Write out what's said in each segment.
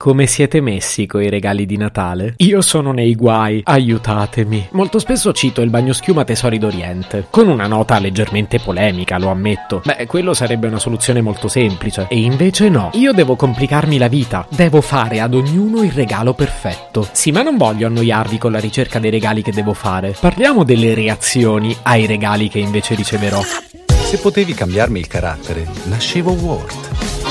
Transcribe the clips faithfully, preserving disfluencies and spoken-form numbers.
Come siete messi coi regali di Natale? Io sono nei guai, aiutatemi. Molto spesso cito il bagnoschiuma Tesori d'Oriente, con una nota leggermente polemica, lo ammetto. Beh, quello sarebbe una soluzione molto semplice. E invece no, io devo complicarmi la vita. Devo fare ad ognuno il regalo perfetto. Sì, ma non voglio annoiarvi con la ricerca dei regali che devo fare. Parliamo delle reazioni ai regali che invece riceverò. Se potevi cambiarmi il carattere, nascevo Word.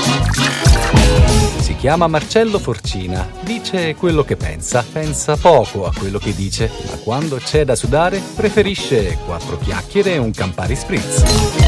Si chiama Marcello Forcina, dice quello che pensa, pensa poco a quello che dice, ma quando c'è da sudare preferisce quattro chiacchiere e un Campari Spritz.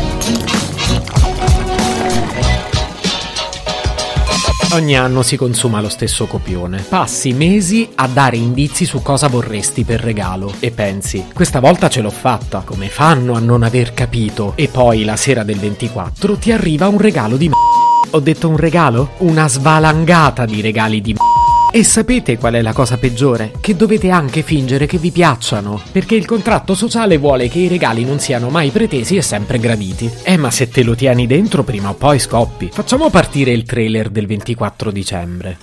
Ogni anno si consuma lo stesso copione. Passi mesi a dare indizi su cosa vorresti per regalo e pensi, questa volta ce l'ho fatta, come fanno a non aver capito? E poi la sera del ventiquattro ti arriva un regalo di m***a. Ho detto un regalo? Una svalangata di regali di m***a. E sapete qual è la cosa peggiore? Che dovete anche fingere che vi piacciono, perché il contratto sociale vuole che i regali non siano mai pretesi e sempre graditi. Eh, ma se te lo tieni dentro prima o poi scoppi. Facciamo partire il trailer del ventiquattro dicembre.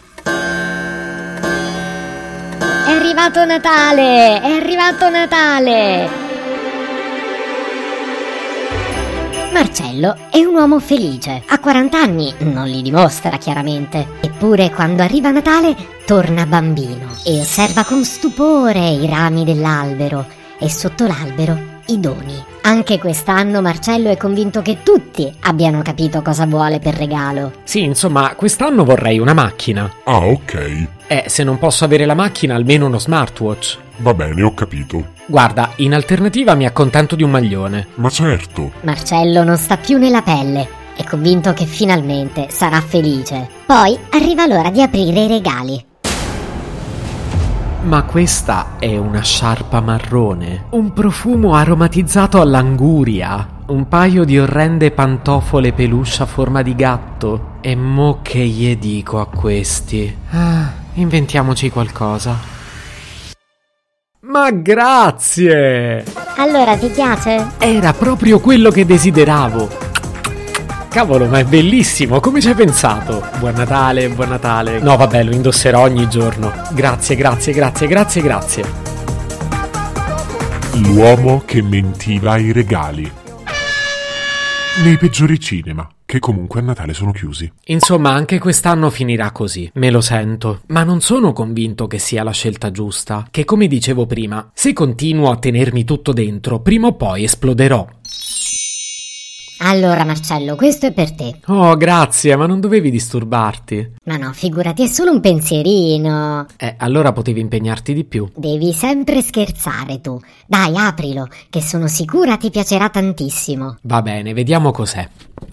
È arrivato Natale! È arrivato Natale! Marcello è un uomo felice. Ha quaranta anni, non li dimostra chiaramente. Eppure quando arriva Natale torna bambino e osserva con stupore i rami dell'albero e sotto l'albero i doni. Anche quest'anno Marcello è convinto che tutti abbiano capito cosa vuole per regalo. Sì, insomma, quest'anno vorrei una macchina. Ah, ok. Eh, se non posso avere la macchina, almeno uno smartwatch. Va bene, ho capito. Guarda, in alternativa mi accontento di un maglione. Ma certo. Marcello non sta più nella pelle. È convinto che finalmente sarà felice. Poi arriva l'ora di aprire i regali. Ma questa è una sciarpa marrone, un profumo aromatizzato all'anguria, un paio di orrende pantofole peluche a forma di gatto. E mo che gli dico a questi? Ah, inventiamoci qualcosa. Ma grazie! Allora, ti piace? Era proprio quello che desideravo. Cavolo, ma è bellissimo, come ci hai pensato? Buon Natale, buon Natale. No, vabbè, lo indosserò ogni giorno. Grazie, grazie, grazie, grazie, grazie. L'uomo che mentiva ai regali. Nei peggiori cinema, che comunque a Natale sono chiusi. Insomma, anche quest'anno finirà così, me lo sento. Ma non sono convinto che sia la scelta giusta. Che, come dicevo prima, se continuo a tenermi tutto dentro, prima o poi esploderò. Allora Marcello, questo è per te. Oh, grazie, ma non dovevi disturbarti. Ma no, figurati, è solo un pensierino. Eh, allora potevi impegnarti di più. Devi sempre scherzare tu. Dai, aprilo, che sono sicura ti piacerà tantissimo. Va bene, vediamo cos'è.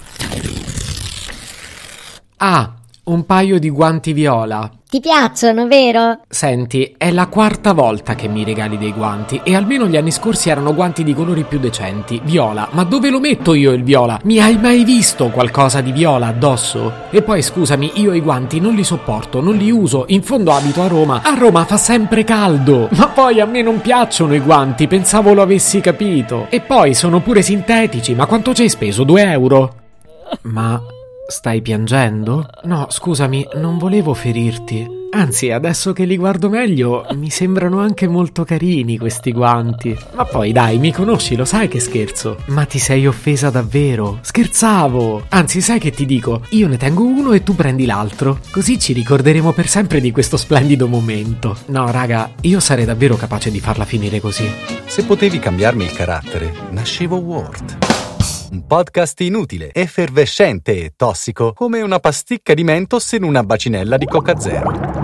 Ah, un paio di guanti viola. Ti piacciono, vero? Senti, è la quarta volta che mi regali dei guanti e almeno gli anni scorsi erano guanti di colori più decenti. Viola, ma dove lo metto io il viola? Mi hai mai visto qualcosa di viola addosso? E poi scusami, io i guanti non li sopporto, non li uso, in fondo abito a Roma. A Roma fa sempre caldo. Ma poi a me non piacciono i guanti, pensavo lo avessi capito. E poi sono pure sintetici, ma quanto ci hai speso? Due euro? Ma... stai piangendo? No, scusami, non volevo ferirti. Anzi, adesso che li guardo meglio, mi sembrano anche molto carini questi guanti. Ma poi dai, mi conosci, lo sai che scherzo. Ma ti sei offesa davvero? Scherzavo! Anzi, sai che ti dico? Io ne tengo uno e tu prendi l'altro. Così ci ricorderemo per sempre di questo splendido momento. No, raga, io sarei davvero capace di farla finire così. Se potevi cambiarmi il carattere, nascevo Word. Un podcast inutile, effervescente e tossico, come una pasticca di Mentos in una bacinella di Coca Zero.